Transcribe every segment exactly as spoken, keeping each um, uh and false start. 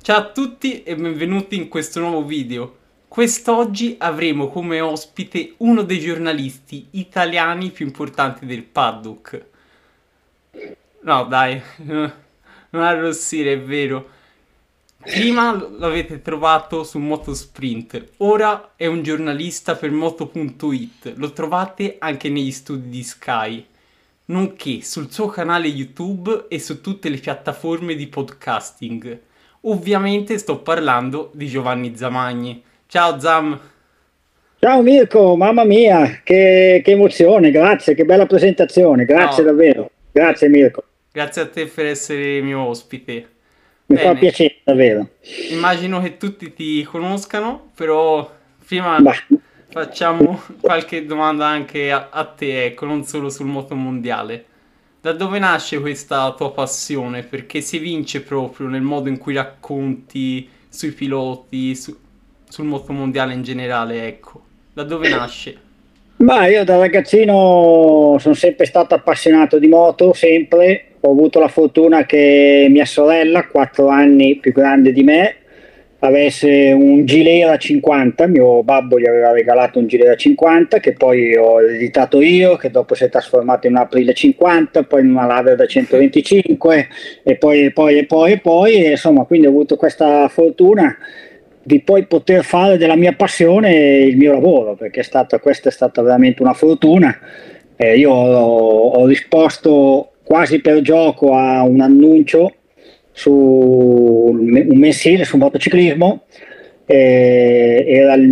Ciao a tutti e benvenuti in questo nuovo video. Quest'oggi avremo come ospite uno dei giornalisti italiani più importanti del paddock. No, dai, non arrossire, è vero. Prima l'avete trovato su Motosprint, ora è un giornalista per moto punto it. Lo trovate anche negli studi di Sky, nonché sul suo canale YouTube e su tutte le piattaforme di podcasting. Ovviamente sto parlando di Giovanni Zamagni. Ciao Zam! Ciao Mirko, mamma mia, che, che emozione, grazie, che bella presentazione, grazie No, davvero, grazie Mirko, grazie a te per essere mio ospite. mi fa Bene, piacere davvero. immagino che tutti ti conoscano, però prima Bah, facciamo qualche domanda anche a, a te, ecco, non solo sul motomondiale. Da dove nasce questa tua passione? Perché si vince proprio nel modo in cui racconti sui piloti, su- sul motomondiale in generale, ecco. Da dove nasce? ma io da ragazzino sono sempre stato appassionato di moto, sempre, ho avuto la fortuna che mia sorella, quattro anni più grande di me, avesse un Gilera cinquanta, mio babbo gli aveva regalato un Gilera cinquanta che poi ho ereditato io, che dopo si è trasformato in un Aprile cinquanta, poi in una Ladder da centoventicinque e poi e poi e poi e poi, e insomma, quindi ho avuto questa fortuna di poi poter fare della mia passione il mio lavoro, perché è stata, questa è stata veramente una fortuna. Eh, io ho, ho risposto quasi per gioco a un annuncio su un mensile su motociclismo, eh, era il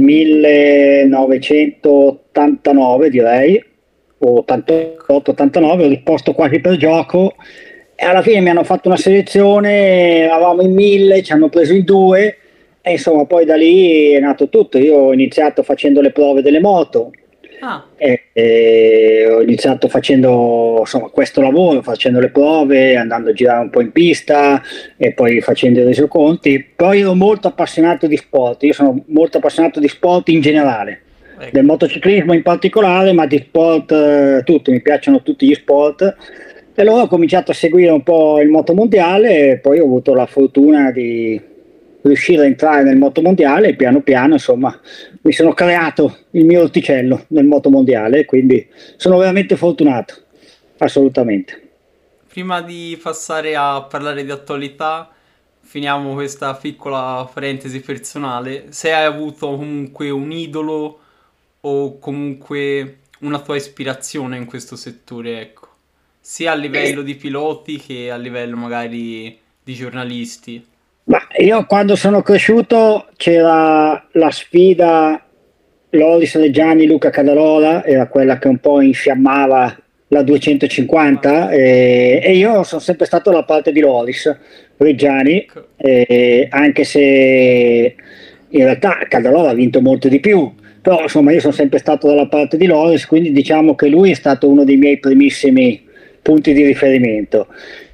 millenovecentottantanove direi, o ottantotto ottantanove, ho risposto quasi per gioco e alla fine mi hanno fatto una selezione, eravamo in mille, ci hanno preso in due e insomma poi da lì è nato tutto. Io ho iniziato facendo le prove delle moto, Ah, e, e ho iniziato facendo insomma questo lavoro, facendo le prove, andando a girare un po' in pista e poi facendo i resoconti. Poi ero molto appassionato di sport, io sono molto appassionato di sport in generale, del ecco. motociclismo in particolare, ma di sport eh, tutti, mi piacciono tutti gli sport. E allora ho cominciato a seguire un po' il motomondiale e poi ho avuto la fortuna di riuscire a entrare nel motomondiale e piano piano insomma mi sono creato il mio orticello nel motomondiale, quindi sono veramente fortunato, assolutamente. Prima di passare a parlare di attualità, finiamo questa piccola parentesi personale. Se hai avuto comunque un idolo o comunque una tua ispirazione in questo settore, ecco, sia a livello di piloti che a livello magari di giornalisti. Ma io quando sono cresciuto c'era la sfida Loris Reggiani Luca Cadalola, era quella che un po' infiammava la duecentocinquanta e, e io sono sempre stato dalla parte di Loris Reggiani, Ecco. eh, anche se in realtà Cadalola ha vinto molto di più, però insomma io sono sempre stato dalla parte di Loris, quindi diciamo che lui è stato uno dei miei primissimi punti di riferimento.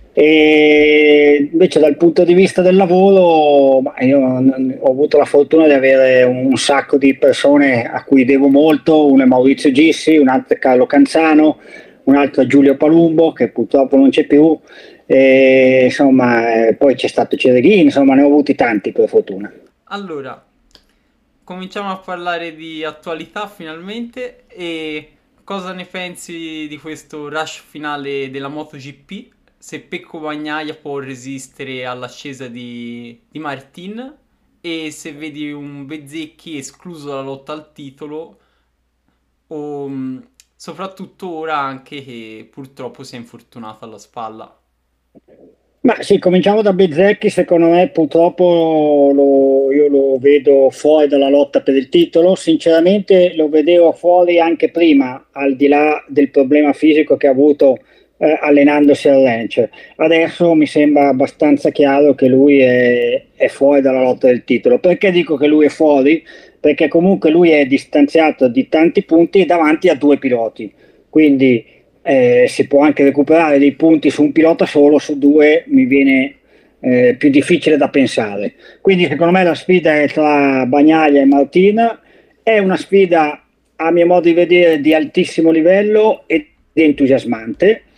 E invece dal punto di vista del lavoro, ma io ho avuto la fortuna di avere un sacco di persone a cui devo molto, uno è Maurizio Gissi, un altro è Carlo Canzano, un altro è Giulio Palumbo che purtroppo non c'è più, e, insomma, eh, poi c'è stato Cereghini, insomma ne ho avuti tanti per fortuna. Allora, cominciamo a parlare di attualità finalmente e cosa ne pensi di questo rush finale della MotoGP? Se Pecco Bagnaia può resistere all'ascesa di, di Martin e se vedi un Bezzecchi escluso dalla lotta al titolo o mh, soprattutto ora anche che purtroppo si è infortunato alla spalla. Ma sì, cominciamo da Bezzecchi, secondo me purtroppo lo- io lo vedo fuori dalla lotta per il titolo, sinceramente lo vedevo fuori anche prima, al di là del problema fisico che ha avuto eh, allenandosi al ranch. Adesso mi sembra abbastanza chiaro che lui è, è fuori dalla lotta del titolo. Perché dico che lui è fuori? Perché comunque lui è distanziato di tanti punti davanti a due piloti, quindi eh, si può anche recuperare dei punti su un pilota solo, su due mi viene eh, più difficile da pensare. Quindi secondo me la sfida è tra Bagnaia e Martina, è una sfida a mio modo di vedere di altissimo livello e di entusiasmante.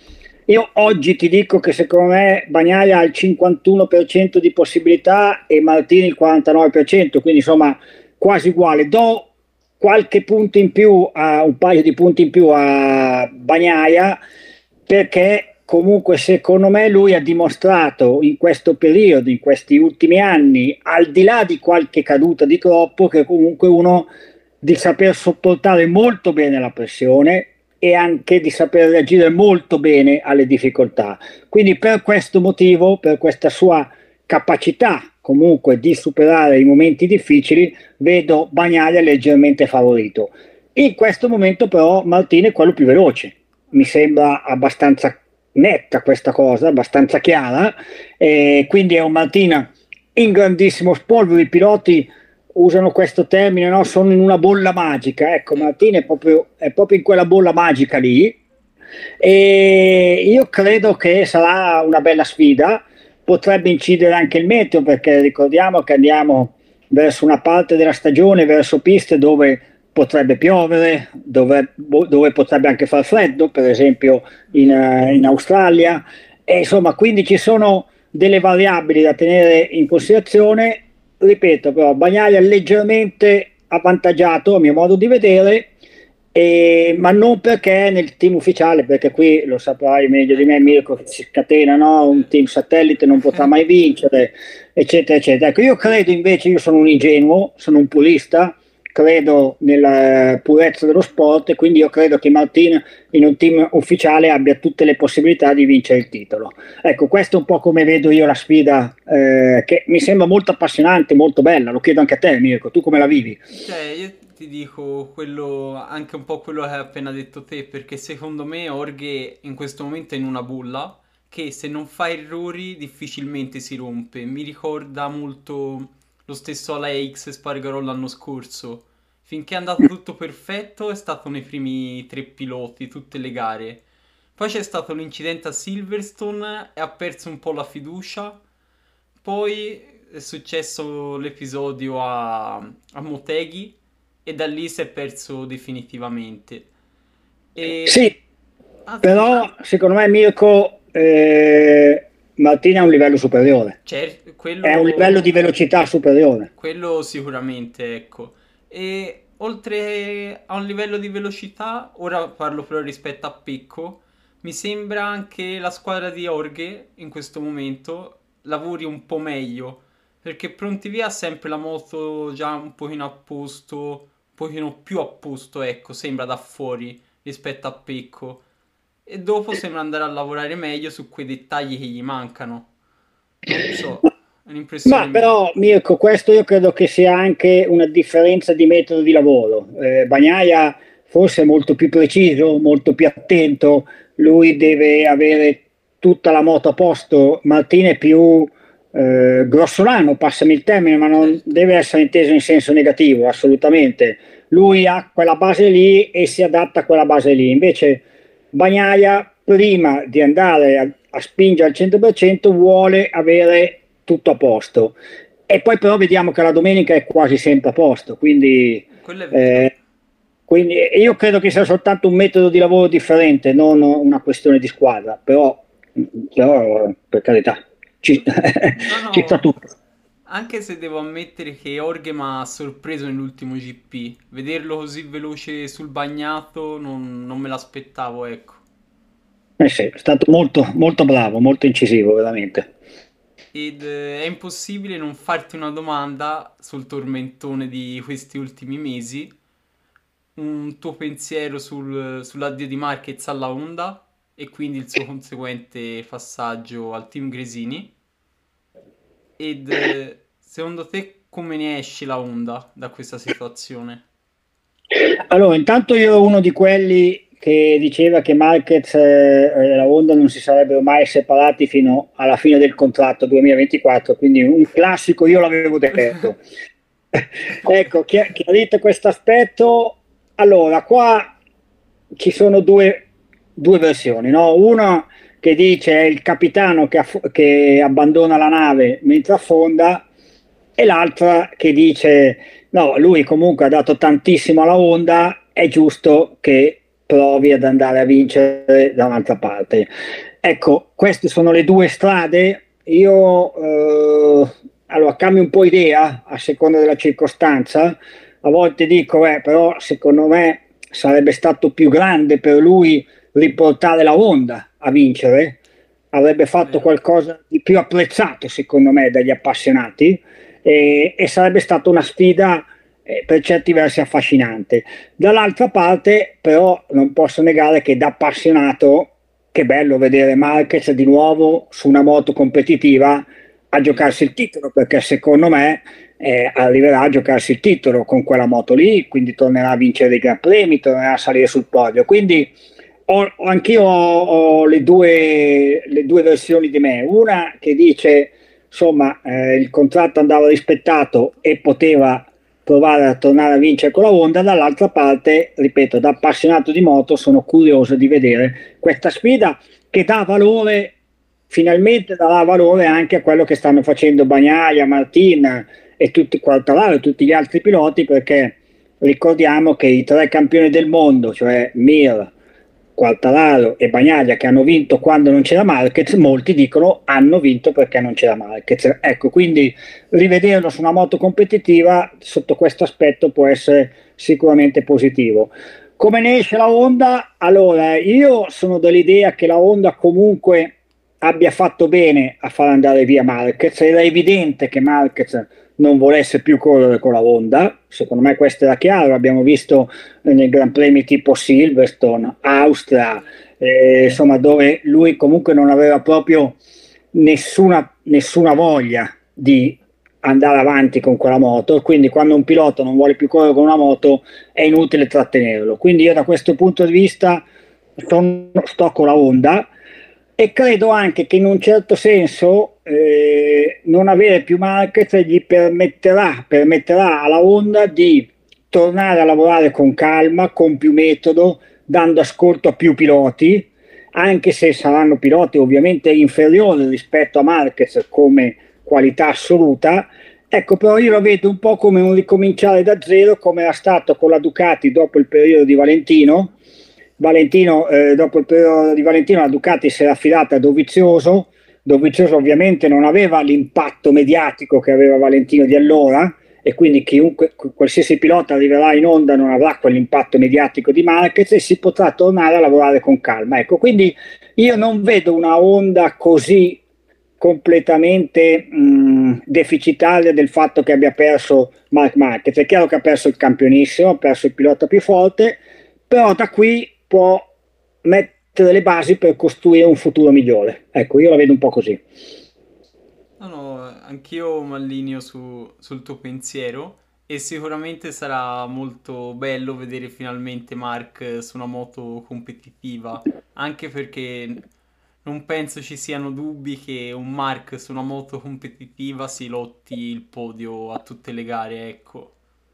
Io oggi ti dico che secondo me Bagnaia ha il cinquantuno per cento di possibilità e Martini il quarantanove per cento, quindi insomma quasi uguale. Do qualche punto in più, a, un paio di punti in più a Bagnaia, perché comunque secondo me lui ha dimostrato in questo periodo, in questi ultimi anni, al di là di qualche caduta di troppo, che comunque uno di saper sopportare molto bene la pressione e anche di saper reagire molto bene alle difficoltà. Quindi per questo motivo, per questa sua capacità comunque di superare i momenti difficili, vedo Bagnaia leggermente favorito. In questo momento però Martini è quello più veloce, mi sembra abbastanza netta questa cosa, abbastanza chiara, e quindi è un Martini in grandissimo spolvero. I piloti usano questo termine, no? Sono in una bolla magica. Ecco, Martini è proprio, è proprio in quella bolla magica lì, e io credo che sarà una bella sfida. Potrebbe incidere anche il meteo, perché ricordiamo che andiamo verso una parte della stagione, verso piste dove potrebbe piovere, dove, dove potrebbe anche far freddo, per esempio in, in Australia, e insomma quindi ci sono delle variabili da tenere in considerazione. Ripeto, però Bagnaia è leggermente avvantaggiato a mio modo di vedere, e, ma non perché è nel team ufficiale, perché qui lo saprai meglio di me Mirko, che si scatena, no? Un team satellite non potrà mai vincere, eccetera eccetera. Ecco, io credo invece, io sono un ingenuo, sono un purista, credo nella purezza dello sport, e quindi io credo che Martin in un team ufficiale abbia tutte le possibilità di vincere il titolo. Ecco, questo è un po' come vedo io la sfida, eh, che mi sembra molto appassionante, molto bella. Lo chiedo anche a te Mirko, tu come la vivi? Cioè, io ti dico quello, anche un po' quello che hai appena detto te, perché secondo me Orghe in questo momento è in una bolla che se non fa errori difficilmente si rompe. Mi ricorda molto lo stesso alla X Spargarò l'anno scorso. Finché è andato tutto perfetto è stato nei primi tre piloti, tutte le gare. Poi c'è stato l'incidente a Silverstone e ha perso un po' la fiducia. Poi è successo l'episodio a, a Motegi e da lì si è perso definitivamente. E... Sì, Ah, però secondo me Mirko, eh, Martin ha un livello superiore, certo, è un quello... livello di velocità superiore. Quello sicuramente, ecco. E oltre a un livello di velocità, ora parlo però rispetto a Pecco, mi sembra anche la squadra di Orghe in questo momento lavori un po' meglio, perché Pronti Via ha sempre la moto già un pochino a posto, un pochino più a posto, ecco, sembra da fuori rispetto a Pecco. E dopo sembra andare a lavorare meglio su quei dettagli che gli mancano. Non so, è un'impressione Ma mia. però Mirko, questo io credo che sia anche una differenza di metodo di lavoro. Eh, Bagnaia forse è molto più preciso, molto più attento, lui deve avere tutta la moto a posto. Martino è più eh, grossolano, passami il termine, ma non Certo. deve essere inteso in senso negativo, assolutamente. Lui ha quella base lì e si adatta a quella base lì. Invece Bagnaia, prima di andare a, a spingere al cento per cento, vuole avere tutto a posto. E poi però vediamo che la domenica è quasi sempre a posto, quindi, Quello è vero. eh, quindi io credo che sia soltanto un metodo di lavoro differente, non una questione di squadra, però, però per carità, ci, No, ci sta no, tutto. anche se devo ammettere che Jorge mi ha sorpreso nell'ultimo G P. Vederlo così veloce sul bagnato non, non me l'aspettavo, ecco. Eh sì, è stato molto, molto bravo, molto incisivo, veramente. Ed eh, è impossibile non farti una domanda sul tormentone di questi ultimi mesi, un tuo pensiero sul- sull'addio di Marquez alla Honda e quindi il suo conseguente passaggio al team Gresini. Ed eh, secondo te come ne esce la Honda da questa situazione? Allora, intanto io ero uno di quelli che diceva che Marquez eh, e la Honda non si sarebbero mai separati fino alla fine del contratto duemilaventiquattro, quindi un classico, io l'avevo detto. Ecco, chi- chiarito questo aspetto, allora qua ci sono due, due versioni, no? Una che dice è il capitano che, aff- che abbandona la nave mentre affonda, e l'altra che dice no, lui comunque ha dato tantissimo alla Honda, è giusto che provi ad andare a vincere da un'altra parte. Ecco, queste sono le due strade. Io eh, allora cambio un po' idea a seconda della circostanza. A volte dico, eh, però secondo me sarebbe stato più grande per lui riportare la Honda a vincere, avrebbe fatto Vero. qualcosa di più apprezzato secondo me dagli appassionati e, e sarebbe stata una sfida eh, per certi versi affascinante. Dall'altra parte, però, non posso negare che da appassionato, che bello vedere Marquez di nuovo su una moto competitiva a Sì. giocarsi il titolo, perché secondo me eh, arriverà a giocarsi il titolo con quella moto lì, quindi tornerà a vincere dei Gran Premi, tornerà a salire sul podio. Quindi ho, anch'io ho, ho le, due, le due versioni di me, una che dice insomma eh, il contratto andava rispettato e poteva provare a tornare a vincere con la Honda, dall'altra parte, ripeto, da appassionato di moto sono curioso di vedere questa sfida che dà valore, finalmente darà valore anche a quello che stanno facendo Bagnaia, Martin e tutti, Quartararo e tutti gli altri piloti, perché ricordiamo che i tre campioni del mondo, cioè Mir, Quartararo e Bagnaia, che hanno vinto quando non c'era Marquez, molti dicono hanno vinto perché non c'era Marquez. Ecco, quindi rivederlo su una moto competitiva sotto questo aspetto può essere sicuramente positivo. Come ne esce la Honda? Allora, io sono dell'idea che la Honda comunque abbia fatto bene a far andare via Marquez. Era evidente che Marquez non volesse più correre con la Honda, secondo me questo era chiaro, abbiamo visto nei Gran Premi tipo Silverstone, Austria, eh, insomma dove lui comunque non aveva proprio nessuna, nessuna voglia di andare avanti con quella moto, quindi quando un pilota non vuole più correre con una moto è inutile trattenerlo. Quindi io da questo punto di vista sto, sto con la Honda e credo anche che in un certo senso eh, non avere più Marquez gli permetterà, permetterà alla Honda di tornare a lavorare con calma, con più metodo, dando ascolto a più piloti, anche se saranno piloti ovviamente inferiori rispetto a Marquez come qualità assoluta. Ecco, però io lo vedo un po' come un ricominciare da zero, come era stato con la Ducati dopo il periodo di Valentino. Valentino, eh, dopo il periodo di Valentino, la Ducati si era affidata a Dovizioso. Dovizioso ovviamente non aveva l'impatto mediatico che aveva Valentino di allora, e quindi chiunque, qualsiasi pilota arriverà in Honda non avrà quell'impatto mediatico di Marquez e si potrà tornare a lavorare con calma. Ecco, quindi io non vedo una Honda così completamente mh, deficitaria del fatto che abbia perso Marc Marquez. È chiaro che ha perso il campionissimo, ha perso il pilota più forte, però da qui può mettere le basi per costruire un futuro migliore. Ecco, io la vedo un po' così. No, no, anch'io mi allineo su- sul tuo pensiero e sicuramente sarà molto bello vedere finalmente Mark su una moto competitiva, anche perché non penso ci siano dubbi che un Mark su una moto competitiva si lotti il podio a tutte le gare, ecco.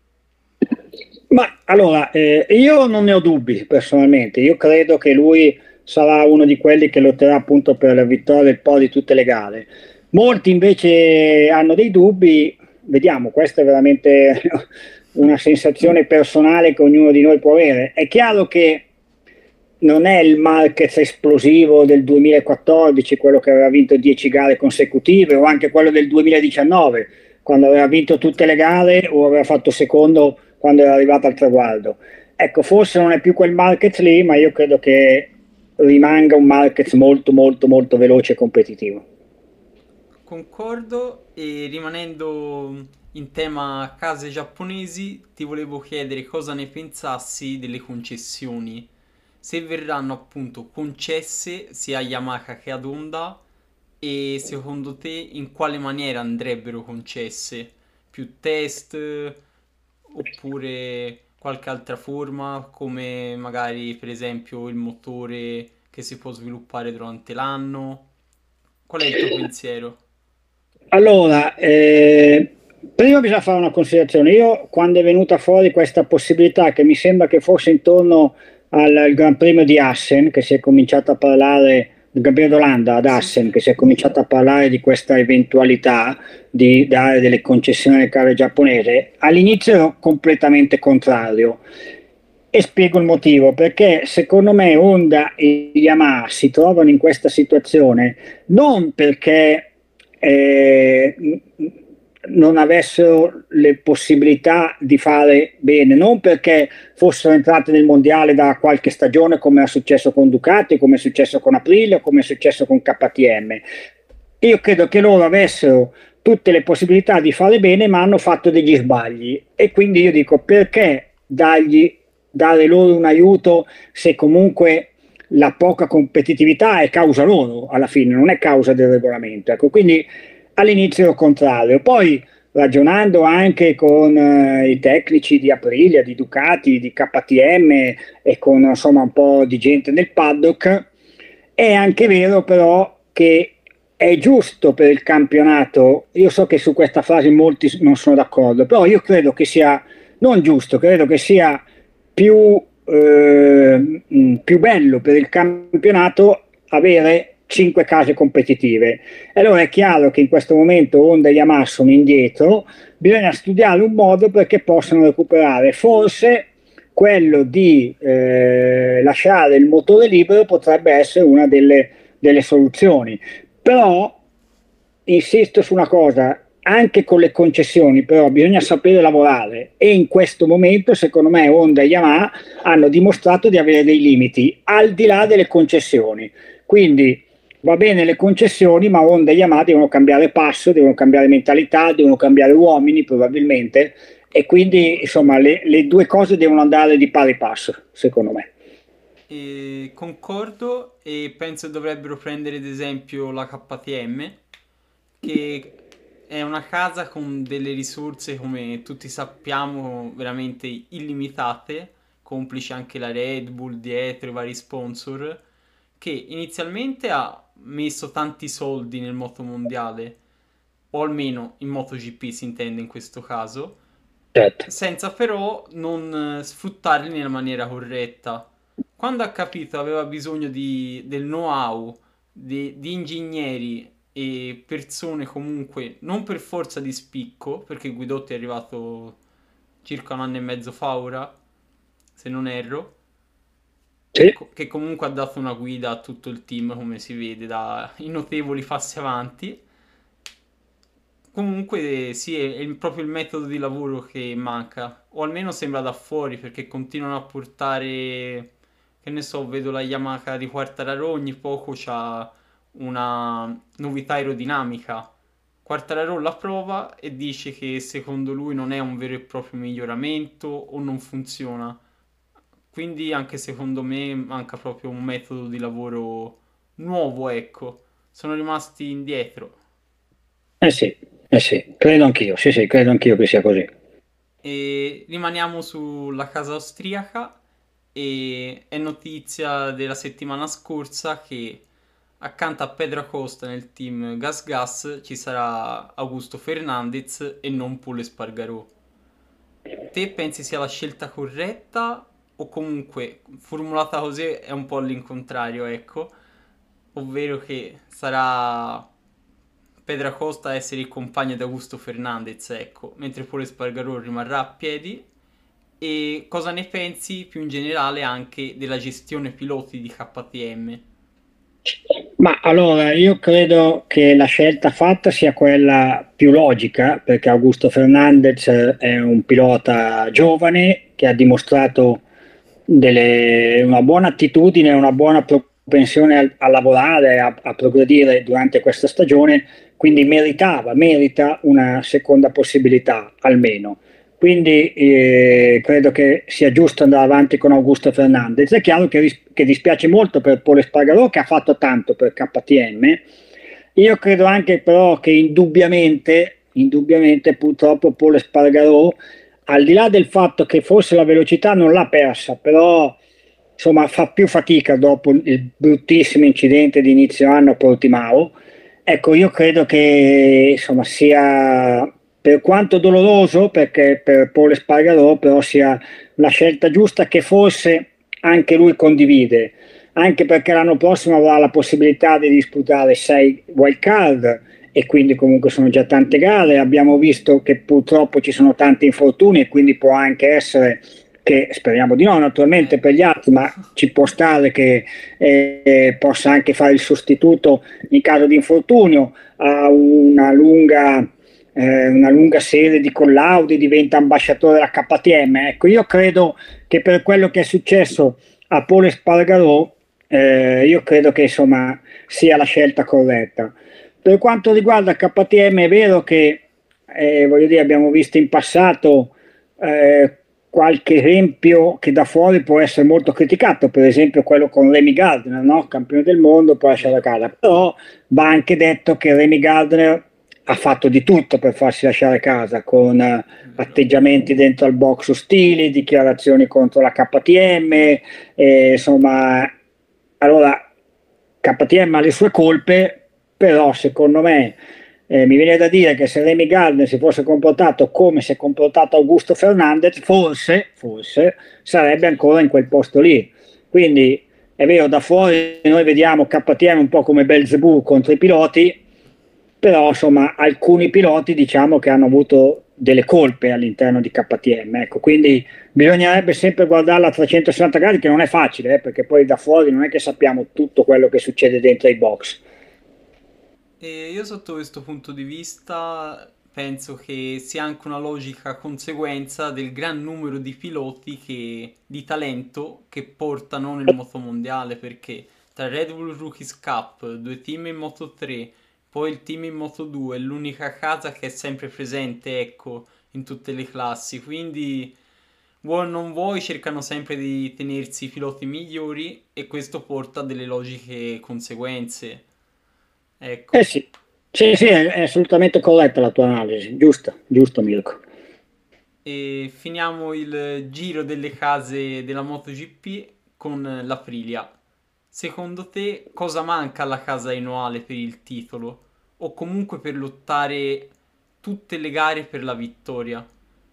Ma allora, eh, io non ne ho dubbi personalmente, io credo che lui sarà uno di quelli che lotterà appunto per la vittoria del po' di tutte le gare. Molti invece hanno dei dubbi, vediamo, questa è veramente una sensazione personale che ognuno di noi può avere. È chiaro che non è il Marquez esplosivo del duemilaquattordici, quello che aveva vinto dieci gare consecutive, o anche quello del duemiladiciannove, quando aveva vinto tutte le gare o aveva fatto secondo quando era arrivato al traguardo. Ecco, forse non è più quel Marquez lì, ma io credo che rimanga un Marquez molto, molto, molto veloce e competitivo. Concordo e rimanendo in tema case giapponesi, ti volevo chiedere cosa ne pensassi delle concessioni, se verranno appunto concesse sia a Yamaha che ad Honda e secondo te in quale maniera andrebbero concesse? Più test oppure qualche altra forma come magari per esempio il motore che si può sviluppare durante l'anno? Qual è il tuo pensiero? Allora, eh, prima bisogna fare una considerazione. Io quando è venuta fuori questa possibilità, che mi sembra che fosse intorno al, al Gran Premio di Assen, che si è cominciato a parlare, il Gran Premio d'Olanda ad Sì, Assen, sì. che si è cominciato a parlare di questa eventualità di dare delle concessioni alle cave giapponese, all'inizio ero completamente contrario. E spiego il motivo, perché secondo me Honda e Yamaha si trovano in questa situazione non perché eh, non avessero le possibilità di fare bene, non perché fossero entrate nel mondiale da qualche stagione come è successo con Ducati, come è successo con Aprilia, come è successo con K T M. Io credo che loro avessero tutte le possibilità di fare bene, ma hanno fatto degli sbagli e quindi io dico perché dargli, dare loro un aiuto se comunque la poca competitività è causa loro alla fine, non è causa del regolamento. Ecco, quindi all'inizio è il contrario, poi ragionando anche con eh, i tecnici di Aprilia, di Ducati, di K T M e con insomma un po' di gente nel paddock, è anche vero però che è giusto per il campionato, io so che su questa frase molti non sono d'accordo, però io credo che sia non giusto, credo che sia più, eh, più bello per il campionato avere cinque case competitive. E allora è chiaro che in questo momento Honda e Yamaha sono indietro, bisogna studiare un modo perché possano recuperare. Forse quello di eh, lasciare il motore libero potrebbe essere una delle, delle soluzioni. Però insisto su una cosa, anche con le concessioni però bisogna sapere lavorare e in questo momento secondo me Honda e Yamaha hanno dimostrato di avere dei limiti al di là delle concessioni. Quindi va bene le concessioni, ma Honda e Yamaha devono cambiare passo, devono cambiare mentalità, devono cambiare uomini probabilmente e quindi insomma le, le due cose devono andare di pari passo secondo me. E concordo e penso dovrebbero prendere ad esempio la K T M, che è una casa con delle risorse, come tutti sappiamo, veramente illimitate, complice anche la Red Bull dietro, i vari sponsor, che inizialmente ha messo tanti soldi nel motomondiale, o almeno in MotoGP si intende in questo caso, Certo. senza però non eh, sfruttarli nella maniera corretta. Quando ha capito aveva bisogno di, del know-how, di, di ingegneri e persone comunque non per forza di spicco, perché Guidotti è arrivato circa un anno e mezzo fa ora, se non erro, che, Sì. co- che comunque ha dato una guida a tutto il team, come si vede, da i notevoli passi avanti. Comunque sì, è, è il- proprio il metodo di lavoro che manca, o almeno sembra da fuori, perché continuano a portare, che ne so, vedo la Yamaha di Quartararo, ogni poco c'ha una novità aerodinamica. Quartararo la prova e dice che secondo lui non è un vero e proprio miglioramento o non funziona. Quindi anche secondo me manca proprio un metodo di lavoro nuovo, ecco. Sono rimasti indietro. Eh sì, eh sì, credo anch'io, sì sì, credo anch'io che sia così. E rimaniamo sulla casa austriaca e è notizia della settimana scorsa che accanto a Pedro Acosta nel team Gas Gas ci sarà Augusto Fernandez e non Pole Espargarò. Te pensi sia la scelta corretta o comunque formulata così è un po' all'incontrario, ecco, ovvero che sarà Pedro Acosta a essere il compagno di Augusto Fernandez, ecco, mentre Pole Espargarò rimarrà a piedi. E cosa ne pensi più in generale anche della gestione piloti di K T M? Ma allora io credo che la scelta fatta sia quella più logica, perché Augusto Fernandez è un pilota giovane che ha dimostrato delle- una buona attitudine, una buona propensione a, a lavorare, a, a progredire durante questa stagione, quindi meritava, merita una seconda possibilità almeno. Quindi eh, credo che sia giusto andare avanti con Augusto Fernandez. È chiaro che, ris- che dispiace molto per Pole Espargarò che ha fatto tanto per K T M. Io credo anche però che indubbiamente, indubbiamente purtroppo Pole Espargarò, al di là del fatto che forse la velocità non l'ha persa, però insomma fa più fatica dopo il bruttissimo incidente di inizio anno a Portimao. Ecco, io credo che insomma sia per quanto doloroso, perché per Paul Espargarò, però sia la scelta giusta che forse anche lui condivide, anche perché l'anno prossimo avrà la possibilità di disputare sei wild card e quindi comunque sono già tante gare. Abbiamo visto che purtroppo ci sono tanti infortuni e quindi può anche essere che speriamo di no naturalmente Eh. per gli altri, ma ci può stare che eh, possa anche fare il sostituto in caso di infortunio, ha una lunga, eh, una lunga serie di collaudi, diventa ambasciatore della K T M. Ecco, io credo che per quello che è successo a Pole Espargaró, eh, io credo che insomma sia la scelta corretta. Per quanto riguarda K T M, è vero che eh, voglio dire, abbiamo visto in passato eh, qualche esempio che da fuori può essere molto criticato, per esempio quello con Remy Gardner, no? Campione del mondo, poi lascia la casa. Però va anche detto che Remy Gardner ha fatto di tutto per farsi lasciare casa, con eh, atteggiamenti dentro al box ostili, dichiarazioni contro la K T M, eh, insomma, allora K T M ha le sue colpe, però secondo me eh, mi viene da dire che se Remy Gardner si fosse comportato come si è comportato Augusto Fernandez, forse, forse sarebbe ancora in quel posto lì. Quindi è vero, da fuori noi vediamo K T M un po' come Belzebù contro i piloti, però insomma alcuni piloti diciamo che hanno avuto delle colpe all'interno di K T M, ecco, quindi bisognerebbe sempre guardarla a trecentosessanta gradi, che non è facile, eh, perché poi da fuori non è che sappiamo tutto quello che succede dentro i box. E io sotto questo punto di vista penso che sia anche una logica conseguenza del gran numero di piloti che, di talento che portano nel motomondiale, perché tra Red Bull Rookies Cup, due team in Moto tre, poi il team in Moto due, è l'unica casa che è sempre presente, ecco, in tutte le classi, quindi vuoi o non vuoi cercano sempre di tenersi i piloti migliori e questo porta a delle logiche conseguenze, Eh ecco. sì, sì, sì, è, è assolutamente corretta la tua analisi, giusto, giusto Mirko. E finiamo il giro delle case della MotoGP con l'Aprilia. Secondo te cosa manca alla casa Enoale per il titolo? O comunque per lottare tutte le gare per la vittoria?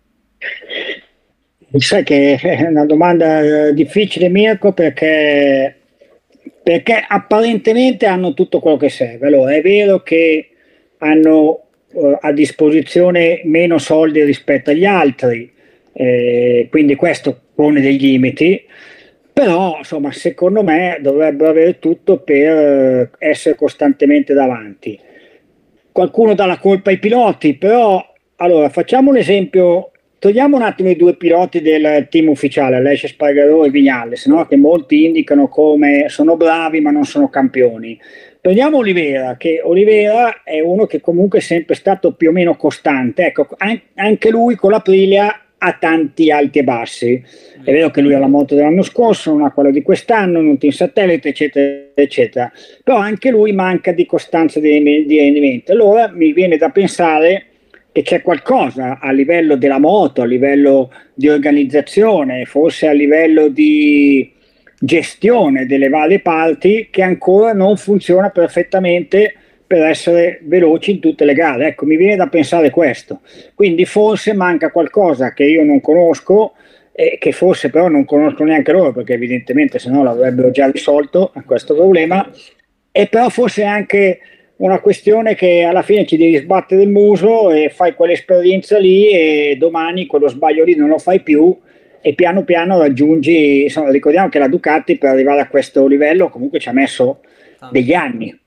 Sai che è una domanda eh, difficile, Mirko, perché, perché apparentemente hanno tutto quello che serve. Allora, è vero che hanno eh, a disposizione meno soldi rispetto agli altri, eh, quindi questo pone dei limiti, però insomma, secondo me dovrebbero avere tutto per eh, essere costantemente davanti. Qualcuno dà la colpa ai piloti, però allora facciamo un esempio, togliamo un attimo i due piloti del team ufficiale, Aleix Espargaró e Viñales, no? Che molti indicano come sono bravi ma non sono campioni. Prendiamo Olivera, che Olivera è uno che comunque è sempre stato più o meno costante, ecco, an- anche lui con l'Aprilia ha tanti alti e bassi. È Vero. vero che lui ha la moto dell'anno scorso, non ha quella di quest'anno, non team satellite, eccetera, eccetera. Però anche lui manca di costanza di, di rendimento. Allora mi viene da pensare che c'è qualcosa a livello della moto, a livello di organizzazione, forse a livello di gestione delle varie parti che ancora non funziona perfettamente per essere veloci in tutte le gare. Ecco, mi viene da pensare questo. Quindi forse manca qualcosa che io non conosco e che forse però non conosco neanche loro, perché evidentemente se no l'avrebbero già risolto questo problema, e però forse anche una questione che alla fine ci devi sbattere il muso e fai quell'esperienza lì e domani quello sbaglio lì non lo fai più e piano piano raggiungi, insomma, ricordiamo che la Ducati per arrivare a questo livello comunque ci ha messo degli Tanti anni. anni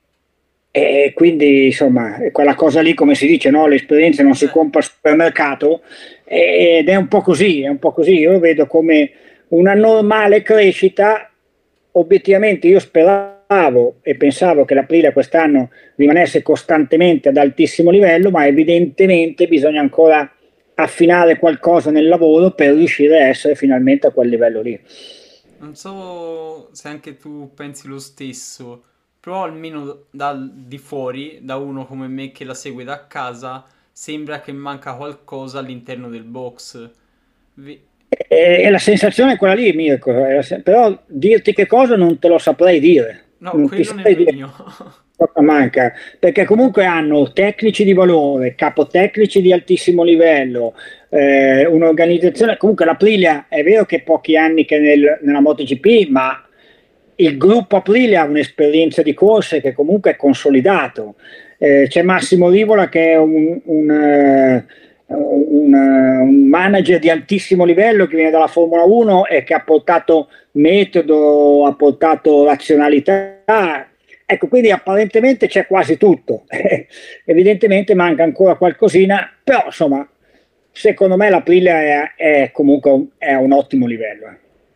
e quindi insomma quella cosa lì, come si dice, no? L'esperienza non si Eh, compra al supermercato ed è un po' così, è un po' così. Io vedo come una normale crescita. Obiettivamente io speravo e pensavo che l'Aprilia quest'anno rimanesse costantemente ad altissimo livello, ma evidentemente bisogna ancora affinare qualcosa nel lavoro per riuscire a essere finalmente a quel livello lì. non so se anche tu pensi lo stesso, però almeno dal di fuori, da uno come me che la segue da casa, sembra che manca qualcosa all'interno del box. Ve- E, e la sensazione è quella lì, Mirko, è la se- però dirti che cosa non te lo saprei dire, No, non ti quello saprei nemmeno dire io. cosa manca, perché comunque hanno tecnici di valore, capotecnici di altissimo livello, eh, un'organizzazione, comunque l'Aprilia è vero che pochi anni che nel- nella MotoGP, ma il gruppo Aprilia ha un'esperienza di corse che comunque è consolidato. Eh, c'è Massimo Rivola che è un, un, eh, un, un manager di altissimo livello che viene dalla Formula uno e che ha portato metodo, ha portato razionalità. Ecco, quindi apparentemente c'è quasi tutto. Evidentemente manca ancora qualcosina, però insomma, secondo me l'Aprilia è, è comunque un, è a un ottimo livello.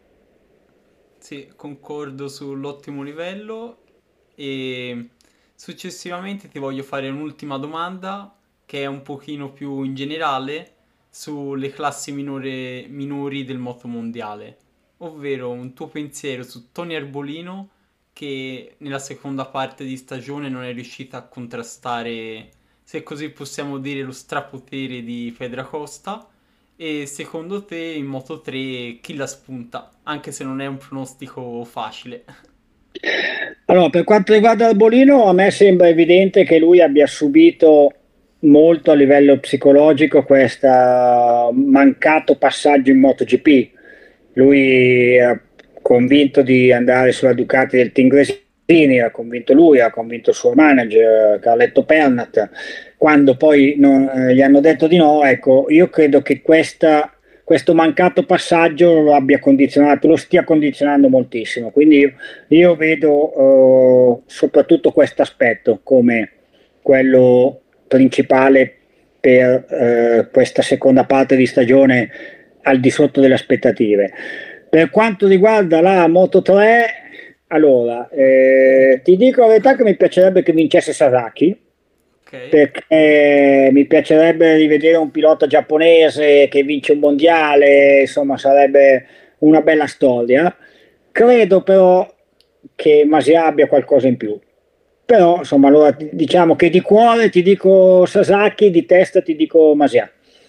Sì, concordo sull'ottimo livello e successivamente ti voglio fare un'ultima domanda che è un pochino più in generale sulle classi minore- minori del moto mondiale, ovvero un tuo pensiero su Tony Arbolino che nella seconda parte di stagione non è riuscita a contrastare, se così possiamo dire, lo strapotere di Pedracosta e secondo te in Moto tre chi la spunta? Anche se non è un pronostico facile. Allora, per quanto riguarda Arbolino, a me sembra evidente che lui abbia subito molto a livello psicologico questo mancato passaggio in MotoGP. Lui è convinto di andare sulla Ducati del Team Gresini, ha convinto lui, ha convinto il suo manager Carletto Pernat. Quando poi non- eh, gli hanno detto di no, ecco, io credo che questa questo mancato passaggio lo abbia condizionato, lo stia condizionando moltissimo. Quindi io, io vedo eh, soprattutto questo aspetto come quello principale per eh, questa seconda parte di stagione al di sotto delle aspettative. Per quanto riguarda la Moto tre, allora eh, ti dico la verità che mi piacerebbe che vincesse Sasaki Ok? perché mi piacerebbe rivedere un pilota giapponese che vince un mondiale, insomma sarebbe una bella storia. Credo però che Masia abbia qualcosa in più. Però insomma, allora diciamo che di cuore ti dico Sasaki, di testa ti dico Masia.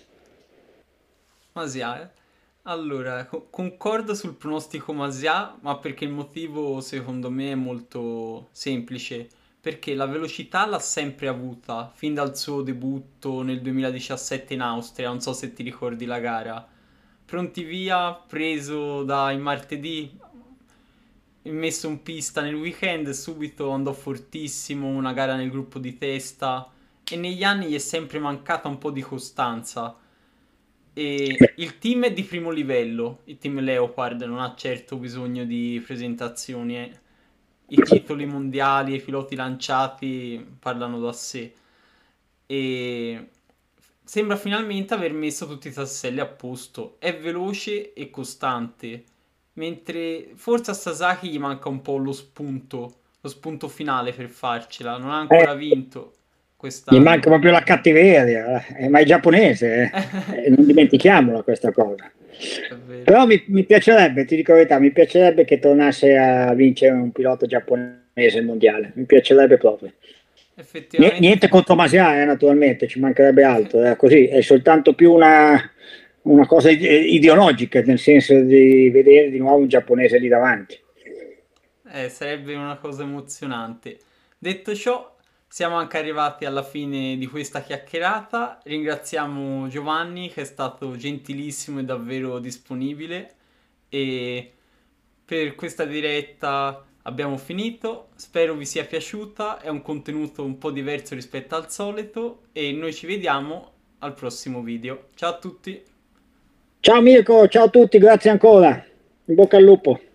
Masia, eh? Allora, co- concordo sul pronostico Masia, ma perché il motivo secondo me è molto semplice. Perché la velocità l'ha sempre avuta, fin dal suo debutto nel duemiladiciassette in Austria, non so se ti ricordi la gara. Pronti via, preso dai martedì, messo in pista nel weekend, subito andò fortissimo, una gara nel gruppo di testa e negli anni gli è sempre mancata un po' di costanza. E il team è di primo livello, il team Leopard non ha certo bisogno di presentazioni, eh. I titoli mondiali e i piloti lanciati parlano da sé. E sembra finalmente aver messo tutti i tasselli a posto. È veloce e costante, mentre forse a Sasaki gli manca un po' lo spunto, lo spunto finale per farcela. Non ha Eh, ancora vinto Gli manca quest'anno. proprio la cattiveria, eh, ma è giapponese, eh, eh, non dimentichiamola questa cosa. È vero. Però mi, mi piacerebbe, ti dico la verità, mi piacerebbe che tornasse a vincere un pilota giapponese mondiale, mi piacerebbe proprio. Nie- Effettivamente. Niente contro Masia, eh, naturalmente, ci mancherebbe altro, eh, così è soltanto più una, una cosa ide- ideologica, nel senso di vedere di nuovo un giapponese lì davanti. Eh, sarebbe una cosa emozionante. Detto ciò, siamo anche arrivati alla fine di questa chiacchierata. Ringraziamo Giovanni che è stato gentilissimo e davvero disponibile. E per questa diretta abbiamo finito. Spero vi sia piaciuta. È un contenuto un po' diverso rispetto al solito. E noi ci vediamo al prossimo video. Ciao a tutti! Ciao Mirko, ciao a tutti, grazie ancora, in bocca al lupo.